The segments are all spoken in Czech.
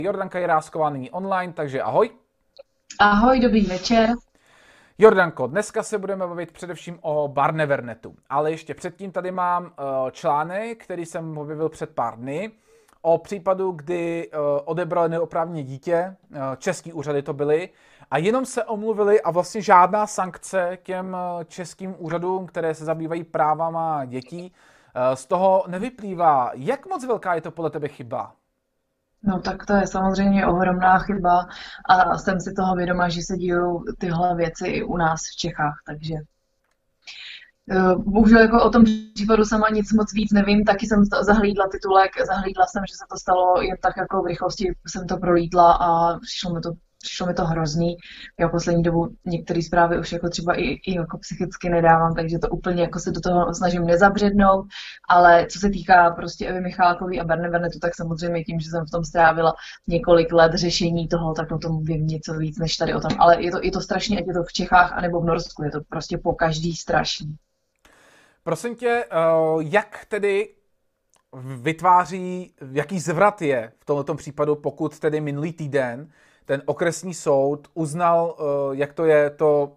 Jordanka Jirásková nyní online, takže ahoj. Ahoj, dobrý večer. Jordanko, dneska se budeme bavit především o Barnevernetu, ale ještě předtím tady mám článek, který jsem objevil před pár dny, o případu, kdy odebrali neoprávněné dítě, český úřady to byly, a jenom se omluvili a vlastně žádná sankce těm českým úřadům, které se zabývají právama dětí, z toho nevyplývá. Jak moc velká je to podle tebe chyba? No tak to je samozřejmě ohromná chyba a jsem si toho vědoma, že se dějí tyhle věci i u nás v Čechách, takže bohužel jako o tom případu sama nic moc víc nevím, taky jsem zahlídla titulek, zahlídla jsem, že se to stalo jen tak jako v rychlosti jsem to prolítla a přišlo mi to hrozný. Já v poslední dobu některé zprávy už jako třeba i jako psychicky nedávám, takže to úplně jako se do toho snažím nezabřednout, ale co se týká prostě Evy Michálkové a Barnevernetu, tak samozřejmě tím, že jsem v tom strávila několik let řešení toho, tak o tom vím něco víc než tady o tom. Ale je to strašně, ať je to v Čechách anebo v Norsku, je to prostě po každý strašný. Prosím tě, jak tedy vytváří, jaký zvrat je v tomto případu, pokud tedy minulý týden ten okresní soud uznal, jak to je to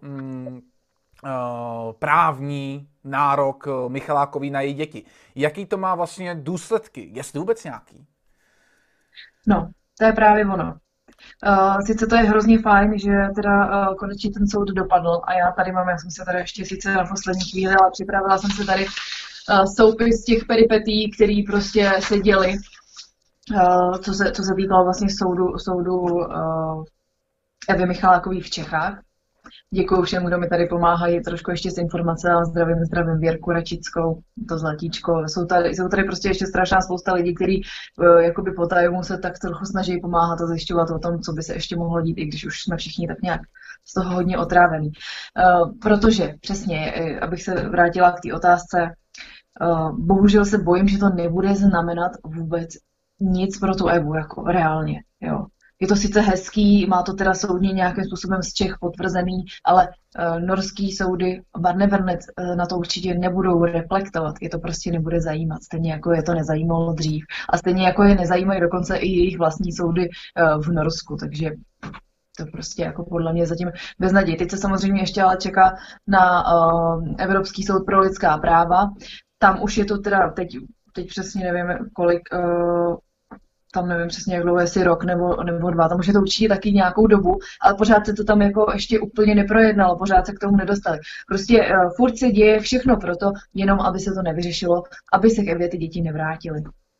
právní nárok Michalákový na její děti. Jaký to má vlastně důsledky? Jestli vůbec nějaký? No, to je právě ono. Sice to je hrozně fajn, že teda konečně ten soud dopadl a já jsem se tady ještě sice na poslední chvíli, ale připravila jsem se tady soupis těch peripetí, které prostě se děly, co se týkalo vlastně soudu Evy Michalákové v Čechách. Děkuji všem, kdo mi tady pomáhají trošku ještě s informacemi. Zdravím Věrku Račickou, to zlatíčko. Jsou tady prostě ještě strašná spousta lidí, kteří jakoby po tajemu se tak trochu snaží pomáhat a zjišťovat o tom, co by se ještě mohlo dít, i když už jsme všichni tak nějak z toho hodně otrávení. Protože přesně, abych se vrátila k té otázce, bohužel se bojím, že to nebude znamenat vůbec nic pro tu Evu, jako reálně, jo. Je to sice hezký, má to teda soudně nějakým způsobem z Čech potvrzený, ale norský soudy Barnevernet na to určitě nebudou reflektovat. Je to prostě nebude zajímat, stejně jako je to nezajímalo dřív. A stejně jako je nezajímají dokonce i jejich vlastní soudy v Norsku, takže to prostě jako podle mě zatím bez naděje. Teď se samozřejmě ještě ale čeká na Evropský soud pro lidská práva. Tam už je to teda, teď přesně nevím kolik, tam nevím přesně, jak dlouho, jestli rok nebo dva, tam už je to určitě taky nějakou dobu, ale pořád se to tam jako ještě úplně neprojednalo, pořád se k tomu nedostali. Prostě furt se děje všechno proto, jenom aby se to nevyřešilo, aby se k Evě ty děti nevrátily.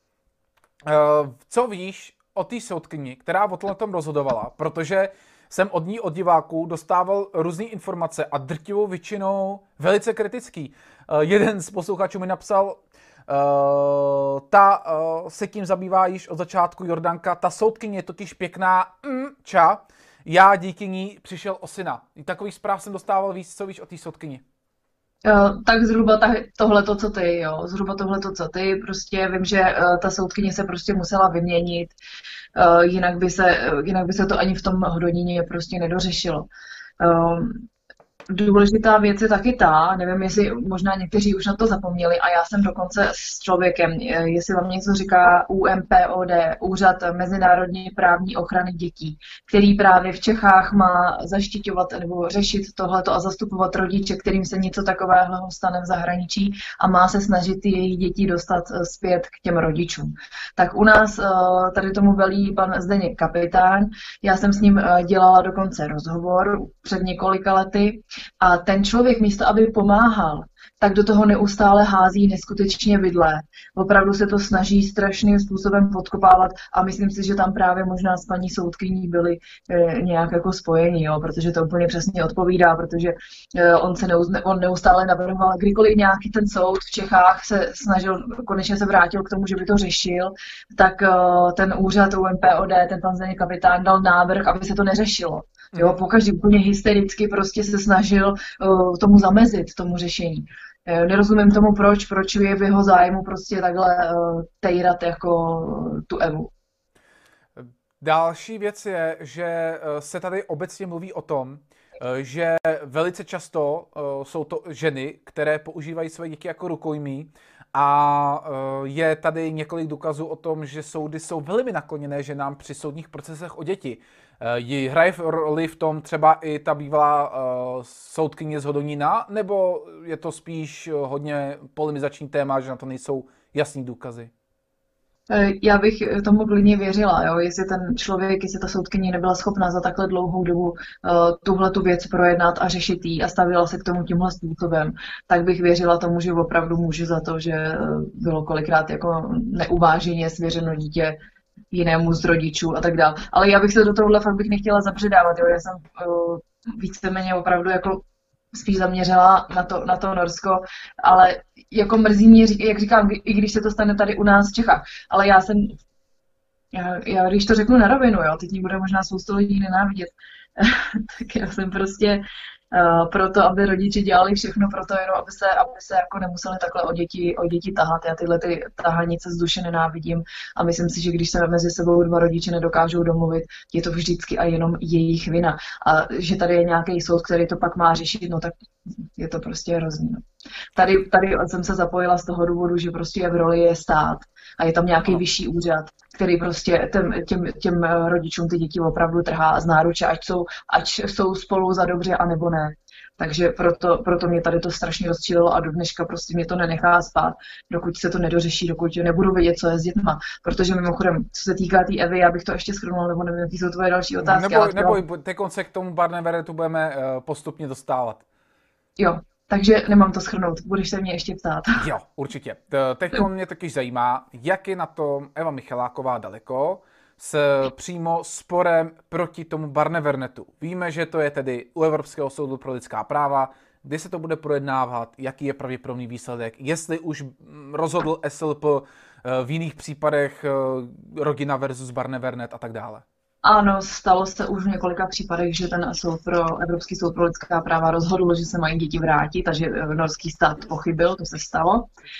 Co víš o té soudkyni, která o tom rozhodovala, protože jsem od ní, od diváků, dostával různé informace a drtivou většinou velice kritický. Jeden z posluchačů mi napsal, ta se tím zabývá již od začátku Jordanka, ta soudkyně je totiž pěkná, já díky ní přišel o syna. Takových zpráv jsem dostával víc, co víš o té soudkyni. Tak zhruba tohleto, co ty, jo. Zhruba tohleto, co ty. Prostě vím, že ta soudkyně se prostě musela vyměnit, jinak by se to ani v tom Hodoníně prostě nedořešilo. Důležitá věc je taky ta, nevím, jestli možná někteří už na to zapomněli, a já jsem dokonce s člověkem, jestli vám něco říká UMPOD, Úřad mezinárodní právní ochrany dětí, který právě v Čechách má zaštiťovat nebo řešit tohleto a zastupovat rodiče, kterým se něco takového stane v zahraničí a má se snažit ty jejich děti dostat zpět k těm rodičům. Tak u nás tady tomu velí pan Zdeněk Kapitán, já jsem s ním dělala dokonce rozhovor před několika lety. A ten člověk místo, aby pomáhal, tak do toho neustále hází neskutečně vidle. Opravdu se to snaží strašným způsobem podkopávat a myslím si, že tam právě možná s paní soudkyní byli nějak jako spojení, jo, protože to úplně přesně odpovídá, protože on neustále navrhoval, kdykoliv nějaký ten soud v Čechách se snažil, konečně se vrátil k tomu, že by to řešil, tak ten úřad UMPOD, ten pan Zdeněk Kapitán dal návrh, aby se to neřešilo. Jo, pokaždé úplně hystericky prostě se snažil tomu zamezit, tomu řešení. Nerozumím tomu, proč je v jeho zájmu prostě takhle tejrat jako tu Evu. Další věc je, že se tady obecně mluví o tom, že velice často jsou to ženy, které používají své děti jako rukojmí A je tady několik důkazů o tom, že soudy jsou velmi nakloněné ženám při soudních procesech o děti. Hraje roli v tom třeba i ta bývalá soudkyně z Hodonína, nebo je to spíš hodně polemizační téma, že na to nejsou jasný důkazy? Já bych tomu klidně věřila, jo? Jestli ten člověk, jestli ta soudkyně nebyla schopná za takhle dlouhou dobu tuhle tu věc projednat a řešit ji a stavila se k tomu tímhle způsobem, tak bych věřila tomu, že opravdu může za to, že bylo kolikrát jako neuváženě svěřeno dítě jinému z rodičů a tak dále. Ale já bych se do tohohle fakt bych nechtěla zabředávat, jo? Já jsem víceméně opravdu jako spíš zaměřila na to Norsko, ale jako mrzí mě, jak říkám, i když se to stane tady u nás v Čechách, ale já když to řeknu na rovinu, jo, teď mě bude možná spoustu lidí nenávidět, tak já jsem prostě proto, aby rodiče dělali všechno pro to, jenom aby se jako nemuseli takhle o děti tahat. Já tyhle ty tahanice z duše nenávidím a myslím si, že když se mezi sebou dva rodiče nedokážou domluvit, je to vždycky a jenom jejich vina. A že tady je nějaký soud, který to pak má řešit, no tak je to prostě hrozný. No. Tady jsem se zapojila z toho důvodu, že prostě v roli je stát a je tam nějaký vyšší úřad, který prostě těm rodičům ty děti opravdu trhá z náruče, ať jsou spolu za dobře, anebo ne. Takže proto mě tady to strašně rozčililo a do dneška prostě mě to nenechá spát, dokud se to nedořeší, dokud nebudu vědět, co je s dětma. Protože mimochodem, co se týká té Evy, já bych to ještě shrnula, nebo nevím, jaký jsou tvoje další otázky. Neboj, teď se k tomu Barnevernetu budeme postupně dostávat. Jo, takže nemám to shrnout, budeš se mě ještě ptát. Jo, určitě. Teď mě taky zajímá, jak je na tom Eva Michaláková daleko s přímo sporem proti tomu Barnevernetu. Víme, že to je tedy u Evropského soudu pro lidská práva, kdy se to bude projednávat, jaký je pravděpodobný výsledek, jestli už rozhodl SLP v jiných případech rodina versus Barnevernet a tak dále. Ano, stalo se už v několika případech, že ten Evropský soud pro lidská práva rozhodl, že se mají děti vrátit, takže norský stát pochybil, to se stalo.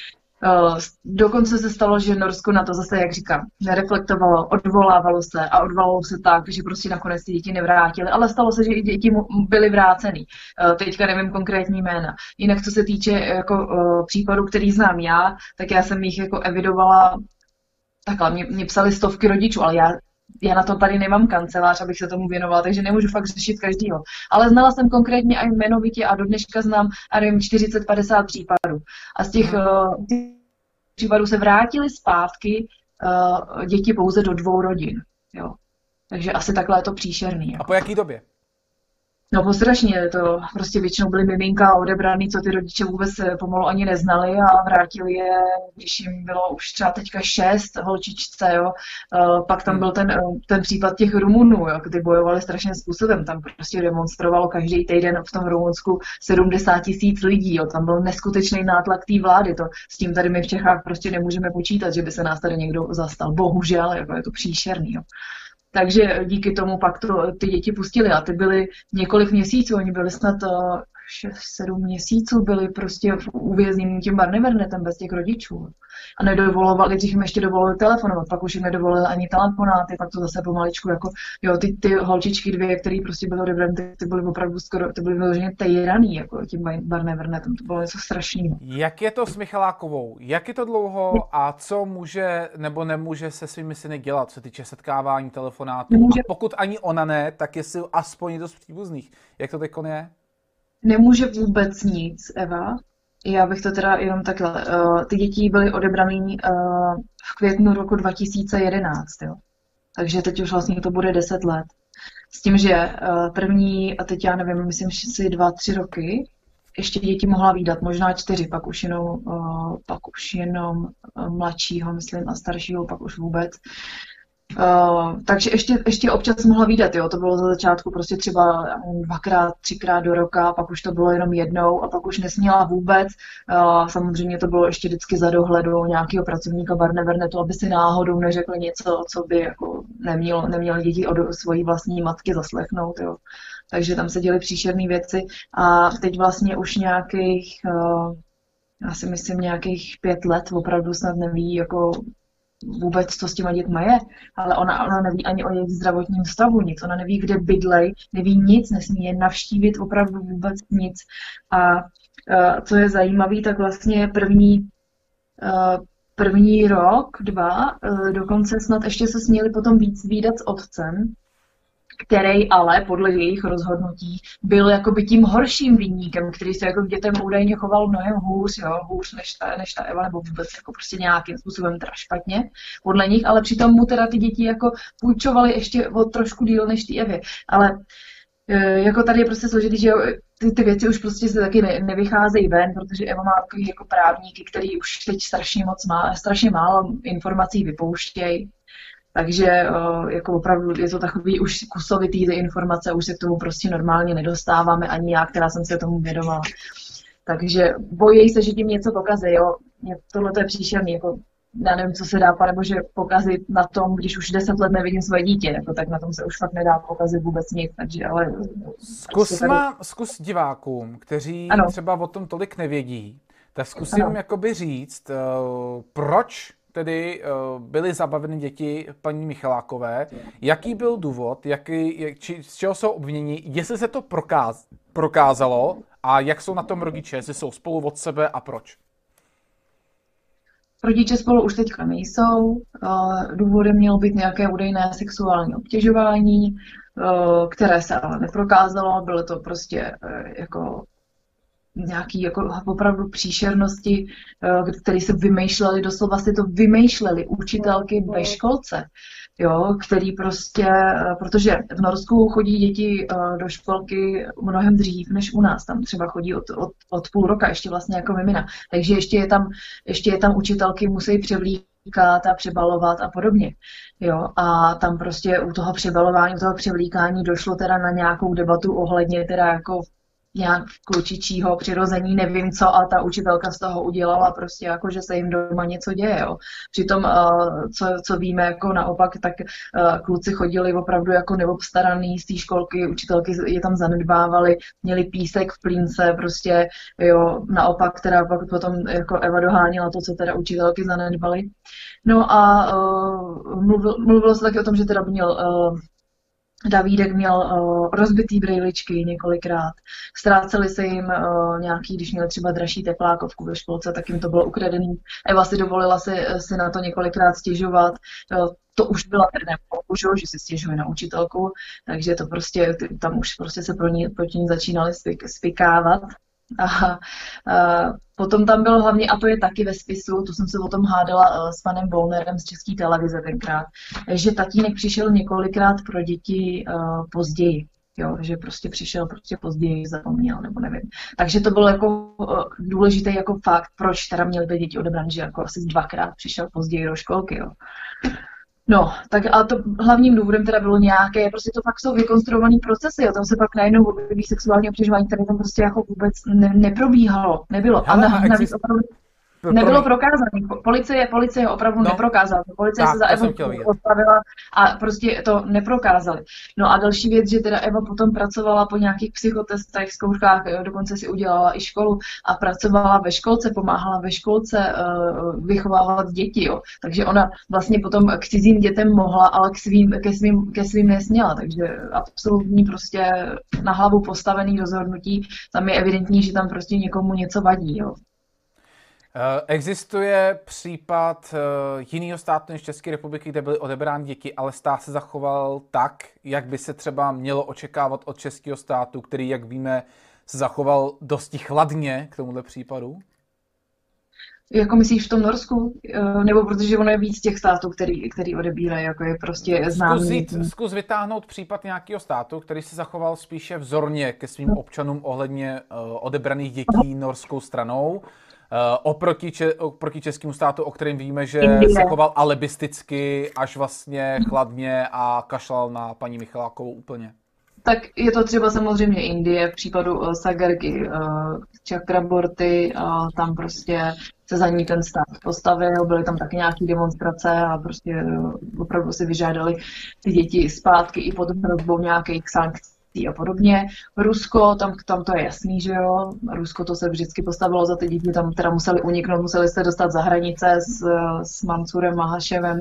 Dokonce se stalo, že Norsko na to zase, jak říkám, nereflektovalo, odvolávalo se tak, že prostě nakonec ty děti nevrátili, ale stalo se, že i děti byly vráceny. Teďka nevím konkrétní jména. Jinak co se týče jako případů, který znám já, tak já jsem jich jako evidovala, takhle, mě psali stovky rodičů, ale já na to tady nemám kancelář, abych se tomu věnovala, takže nemůžu fakt řešit každýho. Ale znala jsem konkrétně a jmenovitě a do dneška znám, a nevím, 40-50 případů. A z těch případů se vrátily zpátky děti pouze do 2 rodin. Jo. Takže asi takhle je to příšerný. Jako. A po jaký době? No postrašně, to prostě většinou byly miminka odebraný, co ty rodiče vůbec pomalu ani neznali a vrátili je, když jim bylo už třeba teďka 6 holčičce, jo. Pak tam byl ten případ těch Rumunů, jo, kdy bojovali strašným způsobem, tam prostě demonstrovalo každý týden v tom Rumunsku 70 000 lidí, jo. Tam byl neskutečný nátlak té vlády, s tím tady my v Čechách prostě nemůžeme počítat, že by se nás tady někdo zastal, bohužel, jako je to příšerný, jo. Takže díky tomu pak ty děti pustili a ty byly několik měsíců, oni byli snad 6-7 měsíců, byli prostě uvězněni tím Barnevernetem bez těch rodičů. A nedovolovali, dřív jim ještě dovolili telefonovat, pak už jim nedovolili ani telefonáty, pak to zase pomaličku jako, jo, ty holčičky 2, které prostě byly odebrané, ty byly opravdu skoro, ty byly vyloženě týraný, jako tím Barnevernetem, to bylo něco strašného. Jak je to s Michalákovou? Jak je to dlouho a co může nebo nemůže se svými syny dělat, co se týče setkávání, telefonátů? A pokud ani ona ne, tak jestli aspoň dost příbuzných. Jak to teď je? Nemůže vůbec nic, Eva. Já bych to teda jenom takhle. Ty děti byly odebraný v květnu roku 2011, jo. Takže teď už vlastně to bude 10 let. S tím, že první, a teď já nevím, myslím, že si 2-3 roky, ještě děti mohla vídat, možná 4, pak už jenom mladšího, myslím, a staršího, pak už vůbec. Takže ještě občas mohla vídat, jo, to bylo za začátku prostě třeba 2x, 3x do roka, pak už to bylo jenom jednou a pak už nesměla vůbec. Samozřejmě to bylo ještě vždycky za dohledu nějakého pracovníka Barnevernetu, aby si náhodou neřekl něco, co by jako neměl děti od svojí vlastní matky zaslechnout, jo. Takže tam se děly příšerné věci a teď vlastně už nějakých, já si myslím nějakých 5 let opravdu snad neví, jako vůbec, co s těma dětma je, ale ona neví ani o jejich zdravotním stavu nic, ona neví, kde bydlej, neví nic, nesmí je navštívit opravdu vůbec nic. A co je zajímavé, tak vlastně první první rok, dva, dokonce snad ještě se směli potom víc vídat s otcem, který ale podle jejich rozhodnutí byl jakoby tím horším viníkem, který se jako k dětem údajně choval mnohem hůř než ta Eva, nebo vůbec jako prostě nějakým způsobem teda špatně podle nich, ale přitom mu teda ty děti jako půjčovali ještě o trošku díl než ty Evě. Ale jako tady je prostě složitý, že ty věci už prostě se taky nevycházejí ven, protože Eva má takový jako právníky, který už teď strašně málo informací vypouštějí. Takže jako opravdu je to takový už kusovitý ty informace, už se k tomu prostě normálně nedostáváme, ani já, která jsem se tomu vědovala. Takže bojí se, že tím něco pokazí, jo. Tohle je příšerný, jako já nevím, co se dá, panebože, pokazit na tom, když už 10 let nevidím svoje dítě, jako, tak na tom se už fakt nedá pokazit vůbec nic, takže ale... Zkus divákům, kteří třeba o tom tolik nevědí, tak zkusím jakoby říct, proč tedy byly zabaveny děti paní Michalákové, jaký byl důvod, z čeho jsou obviněni, jestli se to prokázalo a jak jsou na tom rodiče, jestli jsou spolu od sebe a proč. Rodiče spolu už teďka nejsou, důvodem mělo být nějaké údajné sexuální obtěžování, které se ale neprokázalo, bylo to prostě jako nějaký jako opravdu příšernosti, které se vymýšlely, doslova si to vymýšlely učitelky ve školce, jo, který prostě, protože v Norsku chodí děti do školky mnohem dřív než u nás, tam třeba chodí od půl roka, ještě vlastně jako mimina, takže ještě je tam učitelky musí převlíkat a přebalovat a podobně, jo, a tam prostě u toho přebalování, u toho převlíkání došlo teda na nějakou debatu ohledně teda jako nějak klučičího přirození, nevím co, a ta učitelka z toho udělala prostě jako, že se jim doma něco děje, jo. Přitom, co víme, jako naopak, tak kluci chodili opravdu jako neobstaraný z té školky, učitelky je tam zanedbávaly, měli písek v plínce, prostě, jo, naopak teda pak potom jako Eva doháněla to, co teda učitelky zanedbaly. No a mluvilo se taky o tom, že teda měl Davídek měl rozbitý brejličky několikrát. Ztráceli se jim nějaký, když měli třeba dražší teplákovku ve školce, tak jim to bylo ukradený. Eva si dovolila si na to několikrát stěžovat. To už byla že si stěžuje na učitelku, takže to prostě, tam už prostě se proti ní začínali spikávat. A potom tam bylo hlavně, a to je taky ve spisu, tu jsem se o tom hádala s panem Volnerem z České televize tenkrát, že tatínek přišel několikrát pro děti později, jo, že prostě přišel později, zapomněl, nebo nevím. Takže to bylo jako důležitý jako fakt, proč teda měly být děti odebrané, že jako asi 2krát přišel později do školky, jo. No, tak a to hlavním důvodem teda bylo nějaké, prostě to fakt jsou vykonstruované procesy, a tam se pak najednou objeví sexuální obtěžování, které tam prostě jako vůbec neprobíhalo, nebylo. A navíc opravdu nebylo prokázané. Policie opravdu neprokázala. Policie se za Evu odstavila a prostě to neprokázali. No a další věc, že teda Eva potom pracovala po nějakých psychotestech, zkouškách, jo, dokonce si udělala i školu a pracovala ve školce, pomáhala ve školce vychovávat děti, jo. Takže ona vlastně potom k cizím dětem mohla, ale ke svým nesměla. Takže absolutní prostě na hlavu postavený rozhodnutí. Tam je evidentní, že tam prostě někomu něco vadí, jo. Existuje případ jiného státu než České republiky, kde byly odebrány děti, ale stát se zachoval tak, jak by se třeba mělo očekávat od českého státu, který, jak víme, se zachoval dosti chladně k tomuhle případu? Jako myslíš v tom Norsku? Nebo protože ono je víc těch států, který odebírají, jako je prostě známý. Zkus vytáhnout případ nějakého státu, který se zachoval spíše vzorně ke svým občanům ohledně odebraných dětí norskou stranou. Oproti českému státu, o kterém víme, že se choval alibisticky, až vlastně chladně a kašlal na paní Michalákovou úplně. Tak je to třeba samozřejmě Indie, v případu Sagargy Chakraborty, tam prostě se za ní ten stát postavil, byly tam taky nějaké demonstrace a prostě opravdu si vyžádali ty děti zpátky i pod hrozbou nějakých sankcí a podobně. Rusko, tam to je jasný, že jo. Rusko to se vždycky postavilo za ty děti, tam teda museli uniknout, museli se dostat za hranice s Mansurem Mahaševem,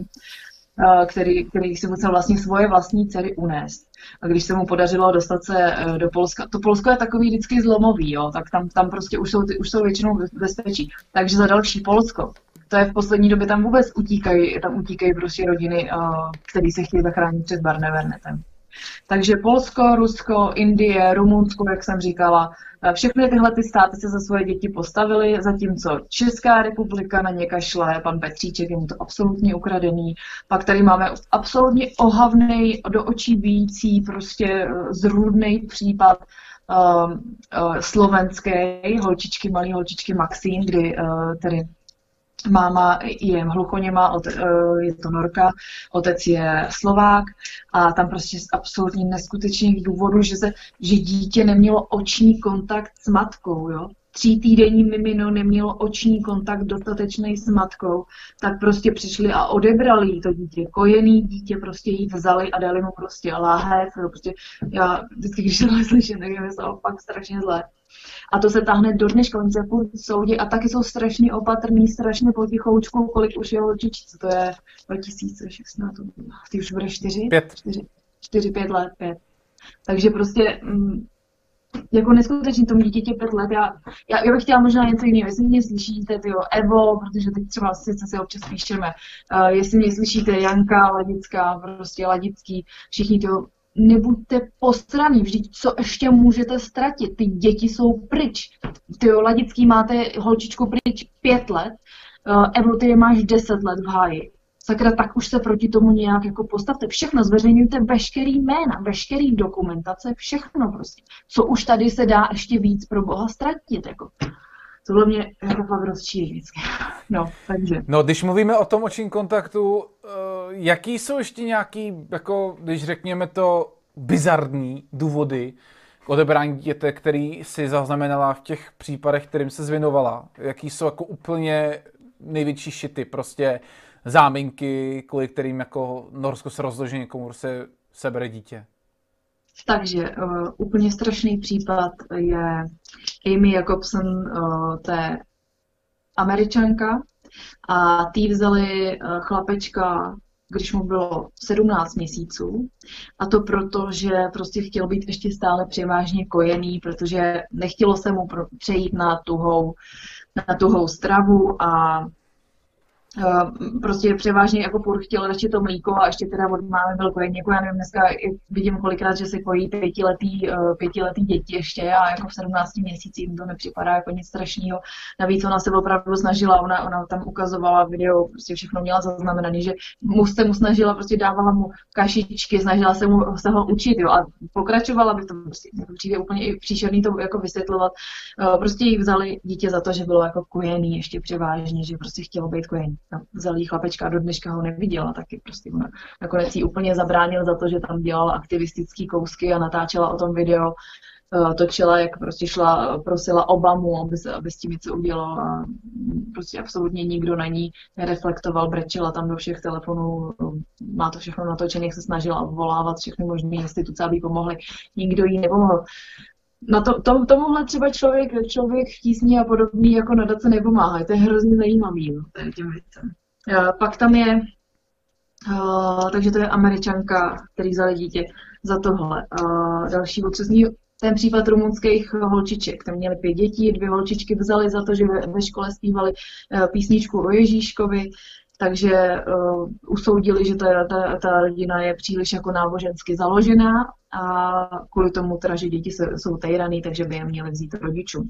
který si musel vlastně svoje vlastní dcery unést. A když se mu podařilo dostat se do Polska, to Polsko je takový vždycky zlomový, jo, tak tam prostě už jsou většinou v bezpečí. Takže za další Polsko To je v poslední době tam utíkají prostě rodiny, které se chtějí zachránit před Barnevernetem. Takže Polsko, Rusko, Indie, Rumunsko, jak jsem říkala, všechny tyhle ty státy se za svoje děti postavily, zatímco Česká republika na ně kašle, pan Petříček je mu to absolutně ukradený, pak tady máme absolutně ohavnej, do očí bijící, prostě zrůdnej případ slovenské malé holčičky Maxín, kdy tedy máma je hluchoněma, je to Norka, otec je Slovák a tam prostě z absolutně neskutečných důvodů, že dítě nemělo oční kontakt s matkou, jo. 3týdenní mimino nemělo oční kontakt dostatečný s matkou, tak prostě přišli a odebrali jí to dítě. Kojený dítě prostě jí vzali a dali mu prostě láhev. Prostě já vždycky, když tohle slyším, tak je mi to fakt strašně zlé. A to se táhne do dneška, oni se furt soudí a taky jsou strašně opatrný, strašně potichoučku, kolik už je holčičí, to je 2016, ty už bude 4-5 let, 5. Takže prostě jako neskutečně tomu dítěti 5 let, já bych chtěla možná něco jiného, jestli mě slyšíte, tyjo, Evo, protože teď třeba sice si občas píšeme, jestli mě slyšíte Janka, Ladická, prostě Ladický, všichni tyjo, nebuďte posraný, vždyť co ještě můžete ztratit, ty děti jsou pryč. Tyjo, Ladický máte holčičku pryč 5 let, Evo, ty je máš 10 let v háji. Sakra, tak už se proti tomu nějak jako postavte. Všechno, zveřejňujte veškerý jména, veškerý dokumentace, všechno prostě. Co už tady se dá ještě víc pro Boha ztratit, jako. Tohle mě jako fakt rozčílí vždycky. No, takže. No, když mluvíme o tom očním kontaktu, jaký jsou ještě nějaký, jako, když řekněme to, bizarní důvody k odebrání dítěte, který si zaznamenala v těch případech, kterým se zvěnovala? Jaký jsou jako úplně největší šity, prostě záminky, kvůli kterým jako Norsko se rozloží, někomu se sebere dítě? Takže úplně strašný případ je Amy Jacobson, to je Američanka, a tý vzali chlapečka, když mu bylo 17 měsíců, a to proto, že prostě chtěl být ještě stále převážně kojený, protože nechtělo se mu přejít na tuhou stravu a prostě převážně jako furt chtěl radši to mlíko a ještě teda od mámy byl kojený, jako já nevím, dneska vidím kolikrát, že se kojí pětiletý děti ještě a jako v 17 měsících to nepřipadá jako nic strašného. Navíc ona se opravdu snažila, ona tam ukazovala video, prostě všechno měla zaznamenané, že mu snažila, prostě dávala mu kašičky, snažila se ho učit, jo, a pokračovala by to, prostě přijde úplně i příšerný to jako vysvětlovat. Prostě jí vzali dítě za to, že bylo jako kojený ještě převážně, že prostě chtělo být kojený. Vzal jí chlapečka a do dneška ho neviděla, taky prostě ona nakonec jí úplně zabránil za to, že tam dělala aktivistický kousky a natáčela o tom video, točila, jak prostě prosila Obamu, aby s tím něco udělal a prostě absolutně nikdo na ní nereflektoval, brečela tam do všech telefonů, má to všechno natočené, jak se snažila obvolávat všechny možné instituce, aby pomohly, nikdo jí nepomohl. Na tomuhle třeba člověk v tísni a podobný jako nadace nepomáhá. To je hrozně zajímavý, no, těm věcem. Pak tam je, takže to je Američanka, který vzali dítě za tohle. Další otřesný, ten případ rumunských holčiček. Tam měli 5 dětí, 2 holčičky vzali za to, že ve škole zpívali písničku o Ježíškovi, takže usoudili, že ta rodina je příliš jako nábožensky založená a kvůli tomu teda, že děti jsou týraný, takže by je měli vzít rodičům.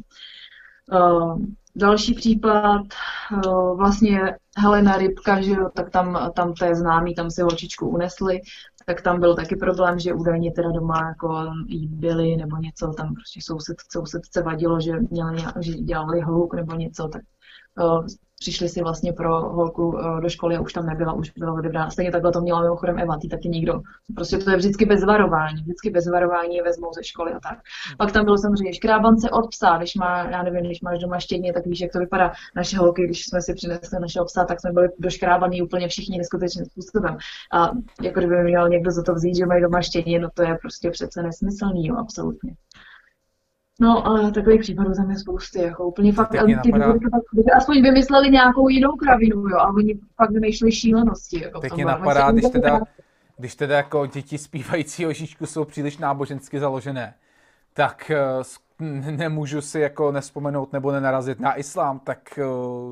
Další případ, vlastně Helena Rybka, že jo, tak tam to je známý, tam se holčičku unesli, tak tam byl taky problém, že údajně teda doma jako jí byli nebo něco, tam prostě sousedce vadilo, že dělali hluk nebo něco, tak přišli si vlastně pro holku do školy a už tam nebyla, už byla odebrána. Stejně takhle to měla mimochodem Eva, ty taky nikdo. Prostě to je vždycky bez varování je vezmou ze školy a tak. Pak tam bylo samozřejmě škrábance od psa, když máš doma štěně, tak víš, jak to vypadá. Naše holky, když jsme si přinesli našeho psa, tak jsme byli doškrábaný úplně všichni neskutečným způsobem. A jako kdyby měl někdo za to vzít, že mají doma štěně, no to je prostě přece nesmyslný, jo, absolutně. No, ale takových případů tam je spousty, jako úplně fakt, aspoň vymysleli nějakou jinou kravinu, jo, a oni fakt vymýšleli šílenosti. Jako teď mě napadá, když teda jako děti zpívající Ježíšku jsou příliš nábožensky založené, tak nemůžu si jako nespomenout nebo nenarazit na islám, tak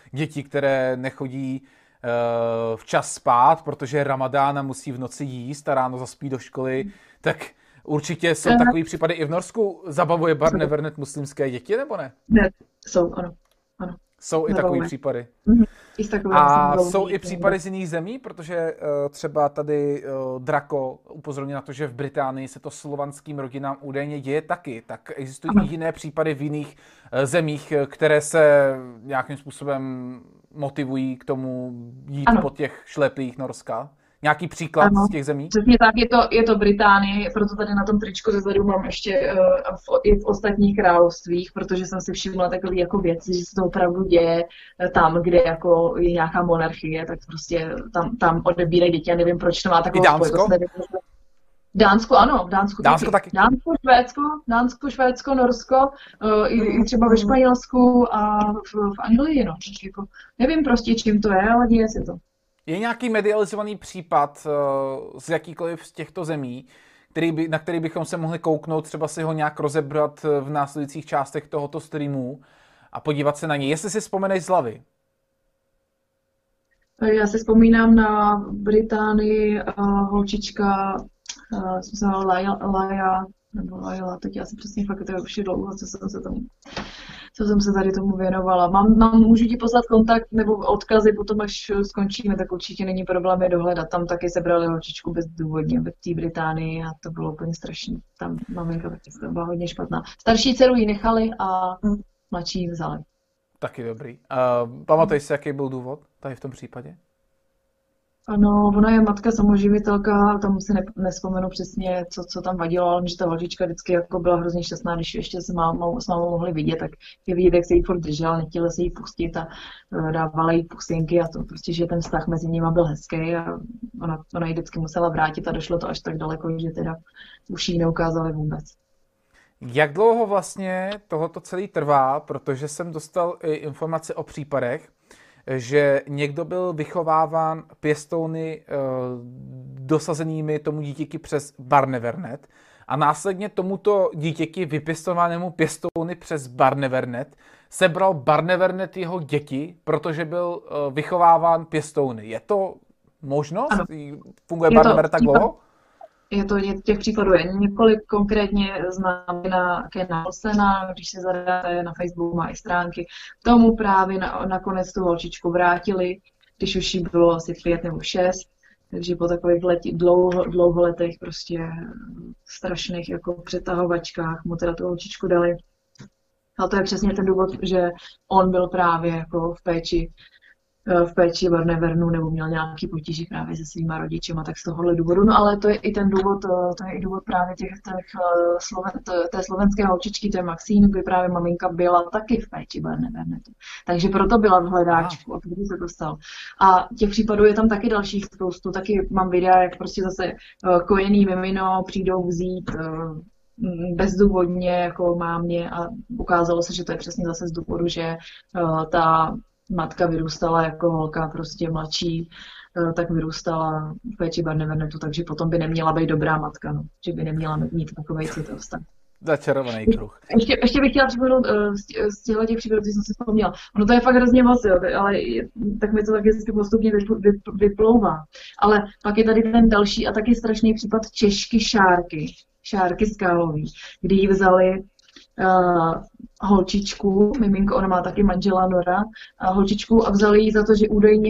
děti, které nechodí včas spát, protože je Ramadán a musí v noci jíst a ráno zaspí do školy, tak určitě jsou takový případy i v Norsku. Zabavuje Barnevernet muslimské děti, nebo ne? Ne, jsou, ano. Jsou i takový případy. A jsou i případy z jiných zemí, protože třeba tady Draco upozorňuje na to, že v Británii se to slovanským rodinám údajně děje taky. Tak existují i jiné případy v jiných zemích, které se nějakým způsobem motivují k tomu jít po těch šleplých Norska? Nějaký příklad z těch zemí? Přesně tak, je to Británie, proto tady na tom tričku zezadu mám ještě i v ostatních královstvích, protože jsem si všimla takové jako věci, že se to opravdu děje tam, kde jako je nějaká monarchie, tak prostě tam odebírají děti, já nevím, proč to má takovou Dánsko? Dánsko, ano, Dánsko taky. Dánsko, Švédsko, Norsko, i třeba ve Španělsku a v Anglii, no. Jako, nevím prostě, čím to je, ale děje se to. Je nějaký medializovaný případ z jakýkoliv z těchto zemí, na který bychom se mohli kouknout, třeba si ho nějak rozebrat v následujících částech tohoto streamu a podívat se na něj, jestli si vzpomeneš z hlavy? Já si vzpomínám na Británii, holčička, Laila, teď já si přesně fakt, to je už dlouho, co jsem se tady tomu věnovala. Můžu ti poslat kontakt nebo odkazy, potom až skončíme, tak určitě není problém je dohledat. Tam taky sebrali holčičku bezdůvodně v té Británii a to bylo úplně strašné. Tam maminka taky byla hodně špatná. Starší dceru ji nechali a mladší ji vzali. Taky dobrý. Pamatuješ si, jaký byl důvod tady v tom případě? Ano, ona je matka samoživitelka, tam si nevzpomenu přesně, co tam vadilo, ale že ta holčička vždycky jako byla hrozně šťastná, když ještě s mámou mohli vidět, tak je vidět, jak se jí furt držel, nechtěla se jí pustit a dávala jí pusinky a to prostě, že ten vztah mezi nimi byl hezký a ona ji vždycky musela vrátit a došlo to až tak daleko, že teda už jí neukázali vůbec. Jak dlouho vlastně tohoto celý trvá, protože jsem dostal i informace o případech, že někdo byl vychováván pěstouny dosazenými tomu dítěti přes Barnevernet a následně tomuto dítěti vypěstovanému pěstouny přes Barnevernet sebral Barnevernet jeho děti, protože byl vychováván pěstouny. Je to možnost? Ano. Funguje Barnevernet tak dlouho? Těch případů je několik, konkrétně znám na Kena Olsena, když se zadáte na Facebooku, má i stránky. Tomu právě nakonec tu holčičku vrátili, když už jí bylo asi 5 nebo 6, takže po takových dlouho letech prostě strašných jako přetahovačkách mu teda tu holčičku dali. A to je přesně ten důvod, že on byl právě jako v péči Barnevernu nebo měl nějaký potíže právě se svýma rodičema, tak z tohohle důvodu. No ale to je i ten důvod, to je i důvod právě té slovenské holčičky, té Maxine, kdy právě maminka byla taky v péči Barnevernetu. Takže proto byla v hledáčku a proto se to stalo. A těch případů je tam taky dalších spoustu, taky mám videa, jak prostě zase kojený mimino přijdou vzít bezdůvodně jako mámě a ukázalo se, že to je přesně zase z důvodu, že ta matka vyrůstala jako holka prostě mladší, tak vyrůstala v péči Barnevernetu, takže potom by neměla být dobrá matka, no. Že by neměla mít takovej citový vztah. Začarovaný kruh. Ještě bych chtěla připomenout z těch případů, co jsem si vzpomněla. Ono to je fakt hrozně moc, jo, ale tak mi to taky postupně vyplouvá. Ale pak je tady ten další a taky strašný případ Češky Šárky Skálový, kdy ji vzali holčičku, miminko, ona má taky manžela Nora, holčičku a vzali ji za to, že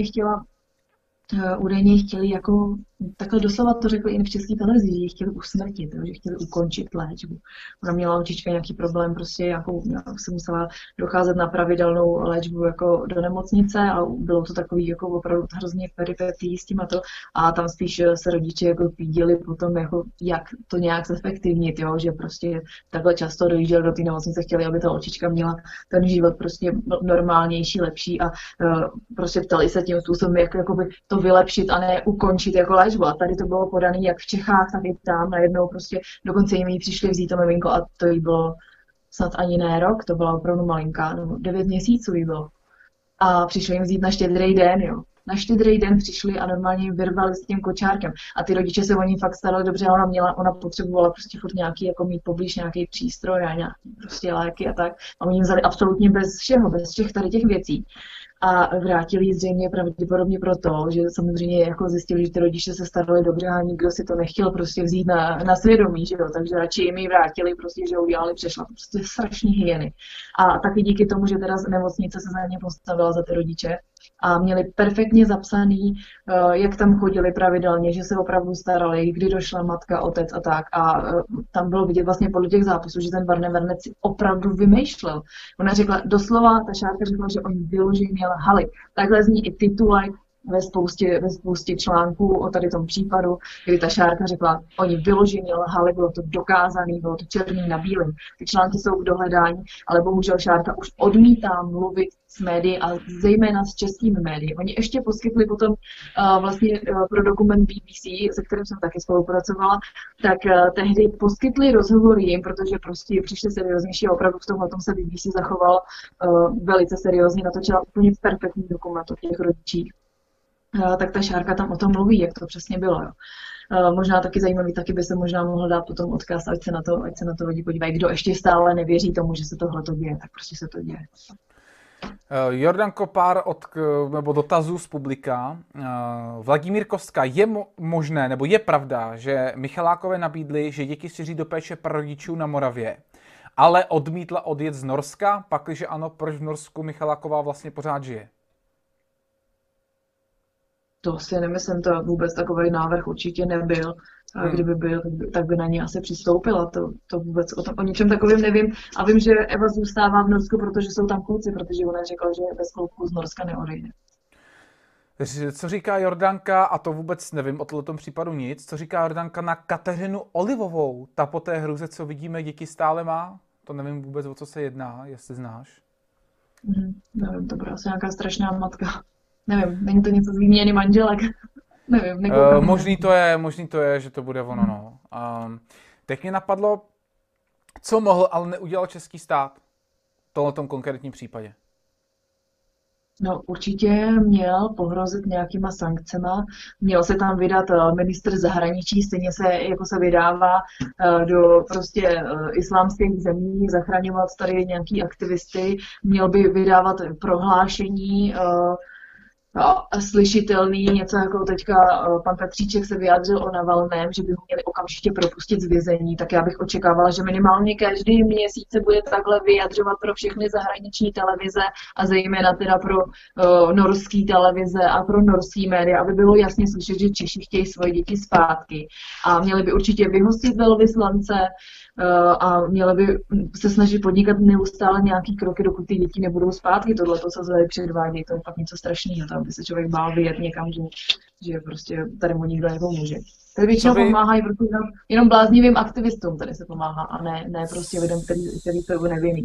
údajně chtěli jako, takhle doslova to řekli i v České televizi, že ji chtěli usmrtit, že chtěli ukončit léčbu. Ona měla holčička nějaký problém, prostě jako se musela docházet na pravidelnou léčbu jako do nemocnice a bylo to takový jako opravdu hrozně peripetí s tím a tam spíš se rodiče jako pídili potom, jako jak to nějak zefektivnit, jo, že prostě takhle často dojížděli do té nemocnice, chtěli, aby ta holčička měla ten život prostě normálnější, lepší a prostě ptali se tím způsobem, jak jakoby to vylepšit a ne ukončit jako léčbu. A tady to bylo podané jak v Čechách, tak i tam. Najednou prostě dokonce jim přišli vzít to miminko a to jí bylo snad ani ne rok, to byla opravdu malinká, no 9 měsíců jí bylo. A přišli jim vzít na Štědrý den, jo. Na Štědrý den přišli a normálně jim vyrvali s tím kočárkem. A ty rodiče se o ní fakt starali dobře, ona potřebovala prostě furt nějaký, jako mít poblíž nějaký přístroj a nějaký prostě léky a tak. A oni jim vzali absolutně bez všech tady těch věcí. a vrátili ji zřejmě pravděpodobně proto, že samozřejmě jako zjistili, že ty rodiče se starali dobře a nikdo si to nechtěl prostě vzít na svědomí, že jo, takže radši jim ji vrátili, prostě, že udělali přešla, prostě strašný hyeny. A taky díky tomu, že teda z nemocnice se za ně postavila za ty rodiče a měli perfektně zapsaný, jak tam chodili pravidelně, že se opravdu starali, kdy došla matka, otec a tak. A tam bylo vidět vlastně podle těch zápisů, že ten Barnevernec si opravdu vymýšlel. Ona řekla, doslova, ta Šárka řekla, že oni vyloženě lhali. Takhle zní i titulek ve spoustě článků o tady tom případu, kdy ta Šárka řekla, oni vyloženě lhali, bylo to dokázané, bylo to černý na bílém. Ty články jsou k dohledání, ale bohužel Šárka už odmítá mluvit s médií a zejména s českými médii. Oni ještě poskytli potom vlastně pro dokument BBC, se kterým jsem taky spolupracovala, tak tehdy poskytli rozhovory jim, protože prostě přišli serióznější a opravdu v tomhle se BBC zachoval velice seriózně, natočila úplně perfektní dokument o těch rodičích. Tak ta Šárka tam o tom mluví, jak to přesně bylo. Jo. Možná taky zajímavý, taky by se možná mohl dát potom odkaz, ať se na to lidi podívají. Kdo ještě stále nevěří tomu, že se tohle to děje, tak prostě se to děje. Jordanko, pár nebo dotazů z publika. Vladimír Kostka, je možné, nebo je pravda, že Michalákové nabídli, že děti svěří do péče prarodičů na Moravě, ale odmítla odjet z Norska? Pakliže ano, proč v Norsku Michaláková vlastně pořád žije? To si nemyslím, to vůbec takový návrh určitě nebyl. A kdyby byl, tak by na ně asi přistoupila. To vůbec o ničem takovým nevím. A vím, že Eva zůstává v Norsku, protože jsou tam kluci, protože ona řekla, že bez kluků z Norska neodejde. Co říká Jordanka, a to vůbec nevím o tomto případu nic, co říká Jordanka na Kateřinu Olivovou? Ta po té hruze, co vidíme, děti stále má? To nevím vůbec, o co se jedná, jestli znáš. Nevím, to byla asi nějaká strašná matka. Nevím, není to něco z výměny manželek. Nevím, možný to je, že to bude ono, no. Teď mě napadlo, co mohl, ale neudělal český stát v tomto konkrétním případě. No určitě měl pohrozit nějakýma sankcema, měl se tam vydat ministr zahraničí, stejně jako se vydává do prostě islámských zemí, zachraňovat tady nějaký aktivisty, měl by vydávat prohlášení slyšitelný, něco jako teďka pan Petříček se vyjádřil o Navalném, že by ho měli okamžitě propustit z vězení, tak já bych očekávala, že minimálně každý měsíc se bude takhle vyjadřovat pro všechny zahraniční televize a zejména teda pro norský televize a pro norský média, aby bylo jasně slyšet, že Češi chtějí svoje děti zpátky a měli by určitě vyhostit velvyslance a měli by se snažit podnikat neustále nějaký kroky, dokud ty děti nebudou zpátky. Tohle to se tady předvádí, to je fakt něco strašného, tam by se člověk bál vyjet někam, že prostě tady mu nikdo nepomůže. Tady většinou pomáhají prostě jenom bláznivým aktivistům, tady se pomáhá, a ne prostě lidem, který to nevinný.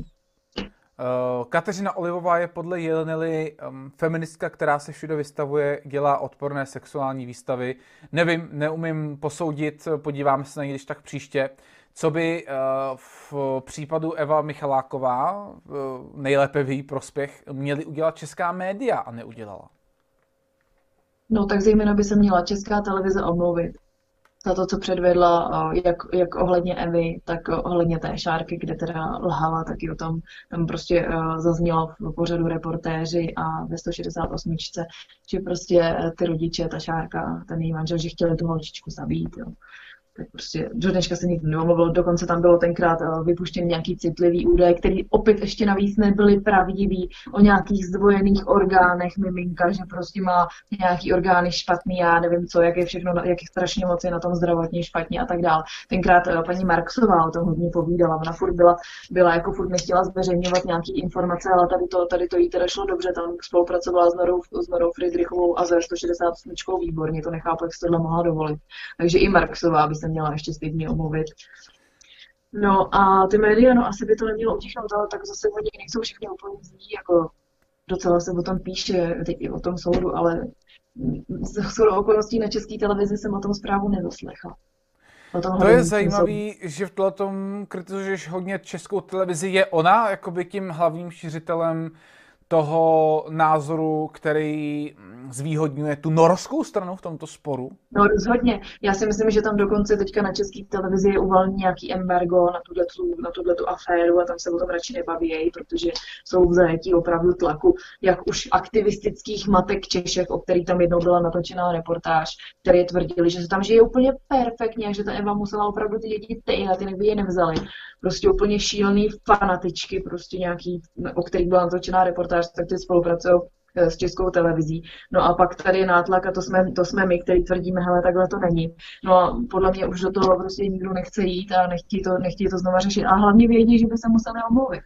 Kateřina Olivová je podle Jelenely feministka, která se všude vystavuje, dělá odporné sexuální výstavy. Nevím, neumím posoudit, podíváme se na ní když tak příště. Co by v případu Eva Michaláková, nejlépe v její prospěch, měly udělat česká média a neudělala? No tak zejména by se měla česká televize omluvit za to, co předvedla, jak ohledně Evy, tak ohledně té Šárky, kde teda lhala, taky o tom tam prostě zaznělo v pořadu Reportéři a ve 168, že prostě ty rodiče, ta Šárka, ten její manžel, že chtěli tu holčičku zabít, jo. Tak prostě do dneška se nikdo neomluvil, dokonce tam bylo tenkrát vypuštěn nějaký citlivý údaj, který opět ještě navíc nebyly pravdivý o nějakých zdvojených orgánech miminka, že prostě má nějaký orgány špatný, já nevím co, jak je všechno, jak je strašně moc je na tom zdravotně špatně a tak dále. Tenkrát paní Marksová o tom hodně povídala, ona furt furt nechtěla zveřejňovat nějaký informace, ale tady to jí teda šlo dobře, tam spolupracovala s Norou Friedrichovou a ze 168 výborně, to nechápu, jak se tohle mohla dovolit. Takže i Marksová by se měla ještě stydně omluvit. No a ty média, no asi by to nemělo utichnout, ale tak zase oni nejsou všichni úplně zlí, jako docela se o tom píše, teď i o tom soudu, ale z shodou okolností na české televizi jsem o tom zprávu nedoslechla. To je zajímavý, že v tom kritizuješ hodně českou televizi. Je ona jakoby tím hlavním šířitelem toho názoru, který zvýhodňuje tu norskou stranu v tomto sporu? No rozhodně. Já si myslím, že tam dokonce teďka na české televizi je uvalný nějaký embargo na tuhletu aféru a tam se o tom radši nebaví, protože jsou v zajetí opravdu tlaku, jak už aktivistických matek Češek, o který tam jednou byla natočená reportáž, které tvrdili, že se tam žije úplně perfektně, že ta Eva musela opravdu ty děti týhat, jinak by je nevzali. Prostě úplně šílený fanatičky, prostě nějaký, o kterých byla natočená reportáž, tak ty spolupracují s českou televizí. No a pak tady je nátlak a to jsme my, kteří tvrdíme, hele, takhle to není. No a podle mě už do toho prostě nikdo nechce jít a nechtějí to znova řešit. A hlavně vědí, že by se museli omluvit.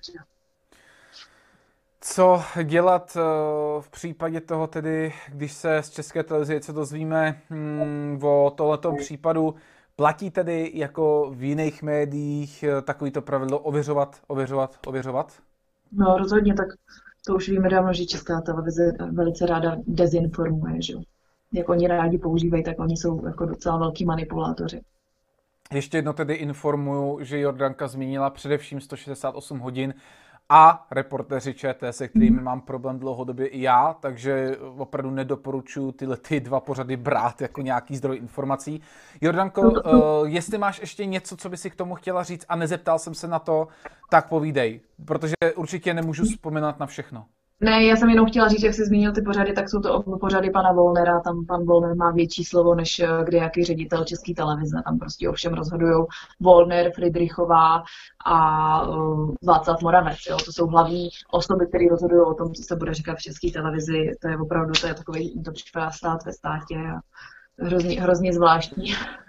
Co dělat v případě toho tedy, když se z české televize něco dozvíme o tohletom případu, platí tedy jako v jiných médiích takovýto pravidlo ověřovat? No rozhodně, tak to už víme dávno, že česká televize velice ráda dezinformuje, že jo. Jak oni rádi používají, tak oni jsou jako docela velký manipulátoři. Ještě jedno tedy informuju, že Jordanka zmínila především 168 hodin a Reportéři ČT, se kterými mám problém dlouhodobě i já, takže opravdu nedoporučuji tyhle ty dva pořady brát jako nějaký zdroj informací. Jordanko, jestli máš ještě něco, co by si k tomu chtěla říct a nezeptal jsem se na to, tak povídej, protože určitě nemůžu vzpomínat na všechno. Ne, já jsem jenom chtěla říct, jak jsi zmínil ty pořady, tak jsou to pořady pana Wollnera, tam pan Wollner má větší slovo než kdejaký ředitel České televize, tam prostě o všem rozhodují Wollner, Fridrichová a Václav Moravec, jo? To jsou hlavní osoby, které rozhodují o tom, co se bude říkat v České televizi, to je opravdu, to připadá stát ve státě a hrozně zvláštní.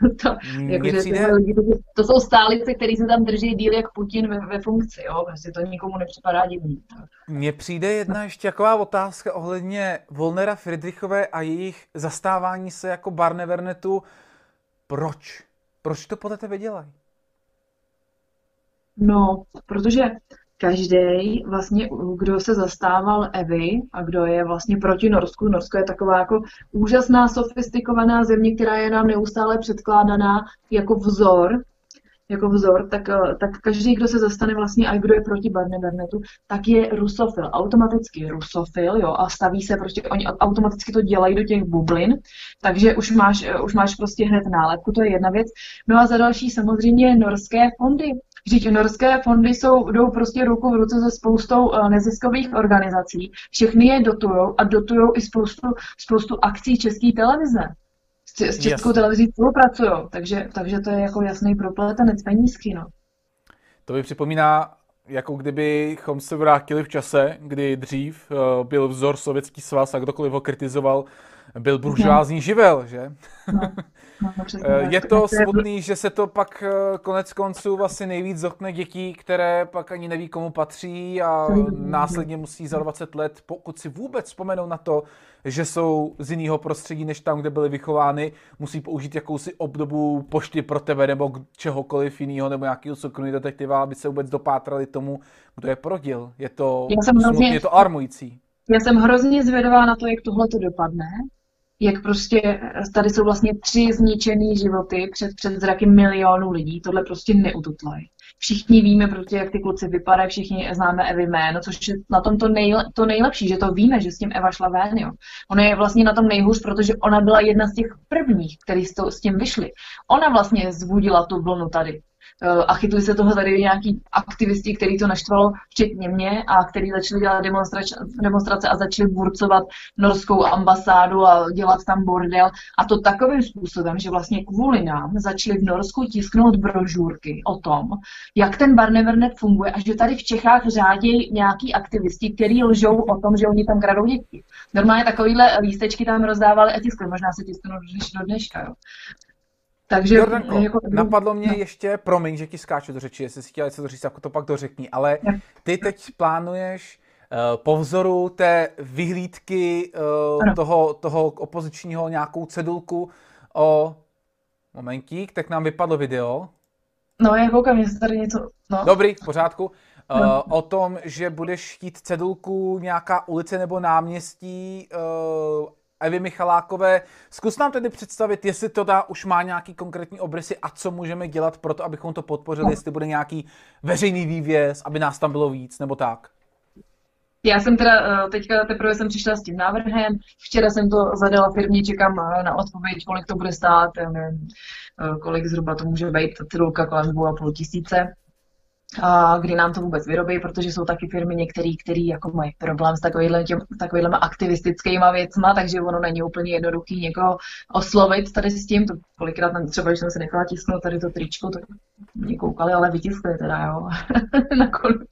To jsou stálice, které se tam drží díl jak Putin ve funkci, jo? Prostě to nikomu nepřipadá divný. Mně přijde jedna ještě taková otázka ohledně Wollnera, Fridrichové a jejich zastávání se jako Barnevernetu. Proč? Proč to podle tebe dělají? No, protože každý vlastně, kdo se zastával Evy a kdo je vlastně proti Norsku. Norsko je taková jako úžasná, sofistikovaná země, která je nám neustále předkládaná jako vzor, tak každý, kdo se zastane vlastně a kdo je proti Barnevernetu, tak je rusofil, automaticky rusofil, jo, a staví se prostě, oni automaticky to dělají do těch bublin, takže už máš prostě hned nálepku, to je jedna věc. No a za další samozřejmě norské fondy. Vždyť norské fondy jdou prostě ruku v ruce se spoustou neziskových organizací, všechny je dotujou a dotujou i spoustu akcí České televize. S Českou televizí spolupracují, takže to je jako jasný propletenec penízky, no. To mi připomíná, jako kdybychom se vrátili v čase, kdy dřív byl vzor Sovětský svaz a kdokoliv ho kritizoval, byl buržoázní živel, že? No, je to smutný, že se to pak konec konců vlastně nejvíc dotkne dětí, které pak ani neví, komu patří a následně musí za 20 let, pokud si vůbec vzpomenou na to, že jsou z jiného prostředí, než tam, kde byly vychovány, musí použít jakousi obdobu Pošty pro tebe nebo čehokoliv jiného nebo nějakého soukromého detektiva, aby se vůbec dopátrali tomu, kdo je porodil. Je to smutný, je to alarmující. Já jsem hrozně zvědavá na to, jak tohle to dopadne. Jak prostě tady jsou vlastně 3 zničený životy před zraky milionů lidí. Tohle prostě neututlají. Všichni víme, prostě, jak ty kluci vypadají, všichni známe Evy jméno, což je na tom to nejlepší, že to víme, že s tím Eva šla ven. Jo. Ona je vlastně na tom nejhůř, protože ona byla jedna z těch prvních, kteří s tím vyšli. Ona vlastně zbudila tu vlnu tady. A chytli se toho tady nějaký aktivisti, který to naštvalo, včetně mě, a který začali dělat demonstrace a začali burcovat norskou ambasádu a dělat tam bordel. A to takovým způsobem, že vlastně kvůli nám začali v Norsku tisknout brožurky o tom, jak ten Barnevernet funguje a že tady v Čechách řádějí nějaký aktivisti, kteří lžou o tom, že oni tam kradou děti. Normálně takovýhle lístečky tam rozdávali a tiskli. Možná se tisknou do dneška. Jo. Takže Jordanko, napadlo mě ještě, promiň, že ti skáču do řeči, jestli si chtěla něco říct, jako to pak dořekni, ale ty teď plánuješ po vzoru té vyhlídky toho opozičního nějakou cedulku o momentík, tak nám vypadlo video. No, já koukám, jestli tady něco... No. Dobrý, v pořádku. O tom, že budeš chtít cedulku, nějaká ulice nebo náměstí Evy Michalákové. Zkus nám tedy představit, jestli to už má nějaký konkrétní obrysy a co můžeme dělat pro to, abychom to podpořili, jestli bude nějaký veřejný vývěz, aby nás tam bylo víc, nebo tak. Já jsem teda teďka teprve jsem přišla s tím návrhem, včera jsem to zadala firmě, čekám na odpověď, kolik to bude stát, já nevím, kolik zhruba to může být, ta cedulka kolem 2,5 tisíce. A kdy nám to vůbec vyrobí, protože jsou taky firmy některé, které jako mají problém s takovýhlema aktivistickými věcma, takže ono není úplně jednoduchý někoho oslovit tady s tím. To kolikrát třeba, když jsem se nechala tisknout tady to tričko, tak mě koukali, ale vytiskli teda, jo, nakonec.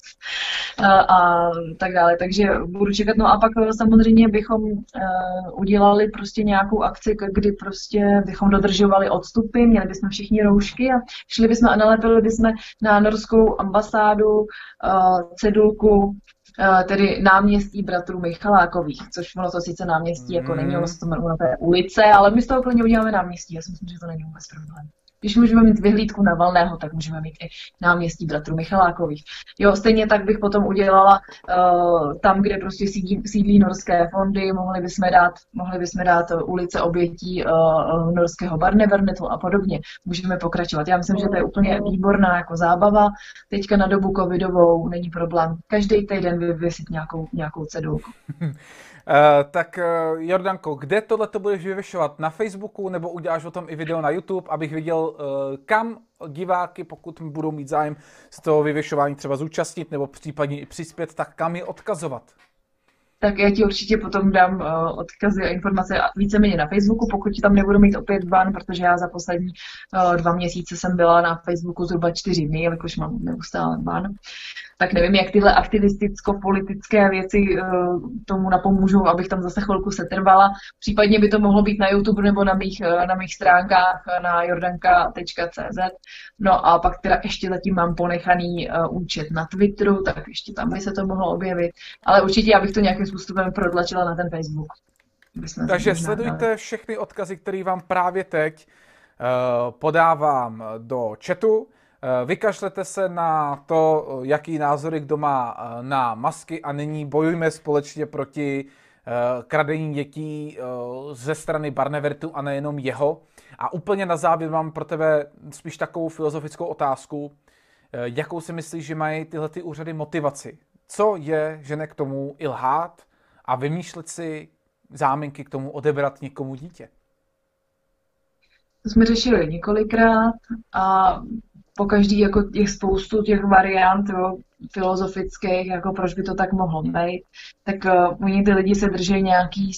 A tak dále, takže budu čekat. No a pak samozřejmě bychom udělali prostě nějakou akci, kdy prostě bychom dodržovali odstupy, měli bychom všichni roušky a šli bychom a nalepili bychom na norskou ambasádu cedulku, tedy náměstí bratrů Michalákových, což ono to sice náměstí jako není, ono to je ulice, ale my z toho klidně uděláme náměstí, já si myslím, že to není vůbec problém. Když můžeme mít vyhlídku na Valného, tak můžeme mít i náměstí bratrů Michalákových. Jo, stejně tak bych potom udělala tam, kde prostě sídlí norské fondy, mohli bychom dát ulice obětí norského Barnevernetu a podobně. Můžeme pokračovat. Já myslím, že to je úplně výborná jako zábava. Teďka na dobu covidovou není problém. Každý týden vyvěsit nějakou cedulku. Tak Jordanko, kde tohleto budeš vyvěšovat? Na Facebooku nebo uděláš o tom i video na YouTube, abych viděl, kam diváky, pokud budou mít zájem z toho vyvěšování třeba zúčastnit nebo případně i přispět, tak kam je odkazovat? Tak já ti určitě potom dám odkazy a informace víceméně na Facebooku, pokud tam nebudu mít opět ban, protože já za poslední 2 měsíce jsem byla na Facebooku zhruba 4 dny, jelikož mám neustále ban. Tak nevím, jak tyhle aktivisticko-politické věci tomu napomůžou, abych tam zase chvilku setrvala. Případně by to mohlo být na YouTube nebo na mých stránkách na jordanka.cz. No a pak teda ještě zatím mám ponechaný účet na Twitteru, tak ještě tam by se to mohlo objevit. Ale určitě já bych to nějakým způsobem prodlačila na ten Facebook. Takže sledujte všechny odkazy, které vám právě teď podávám do chatu. Vykašlete se na to, jaký názory kdo má na masky a nyní bojujme společně proti kradení dětí ze strany Barnevertu a nejenom jeho. A úplně na závěr mám pro tebe spíš takovou filozofickou otázku. Jakou si myslíš, že mají tyhle ty úřady motivaci? Co je žene k tomu i lhát a vymýšlet si záminky k tomu odebrat někomu dítě? To jsme řešili několikrát a pokaždý jako je spoustu těch variant, jo, filozofických, jako proč by to tak mohlo být, tak oni ty lidi se drží nějaký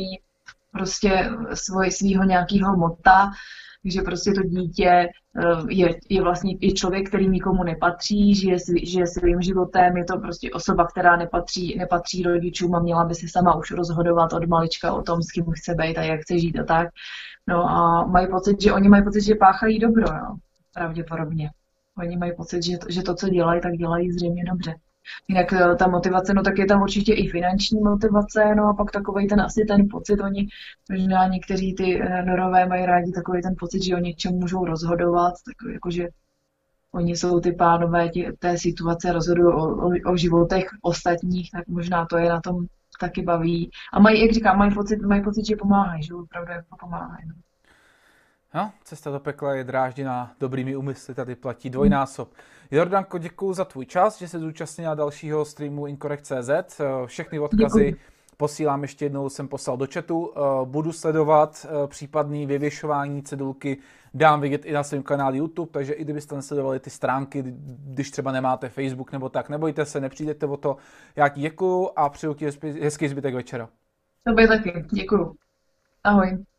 svýho nějakého mota, že prostě to dítě je vlastně i člověk, který nikomu nepatří, žije svým životem, je to prostě osoba, která nepatří rodičům a měla by si sama už rozhodovat od malička o tom, s kým chce být a jak chce žít a tak. No a oni mají pocit, že páchají dobro, jo, pravděpodobně. Oni mají pocit, že to, co dělají, tak dělají zřejmě dobře. Jinak ta motivace, no tak je tam určitě i finanční motivace, no a pak takovej ten pocit, možná někteří ty norové mají rádi takový ten pocit, že o něčem můžou rozhodovat, tak jakože oni jsou ty pánové té situace, rozhodují o životech ostatních, tak možná to je na tom taky baví. A mají, jak říkám, mají pocit, že pomáhají, že opravdu jako pomáhají. No. No, cesta do pekla je drážděná dobrými úmysly, tady platí dvojnásob. Jordanko, děkuju za tvůj čas, že se zúčastnila dalšího streamu Incorrect.cz. Všechny odkazy posílám ještě jednou, jsem poslal do chatu. Budu sledovat případný vyvěšování cedulky, dám vidět i na svém kanálu YouTube, takže i kdybyste nesledovali ty stránky, když třeba nemáte Facebook nebo tak, nebojte se, nepřijdete o to. Já ti děkuju a přeju ti hezký zbytek večera. Tobě taky, děkuju. Ahoj.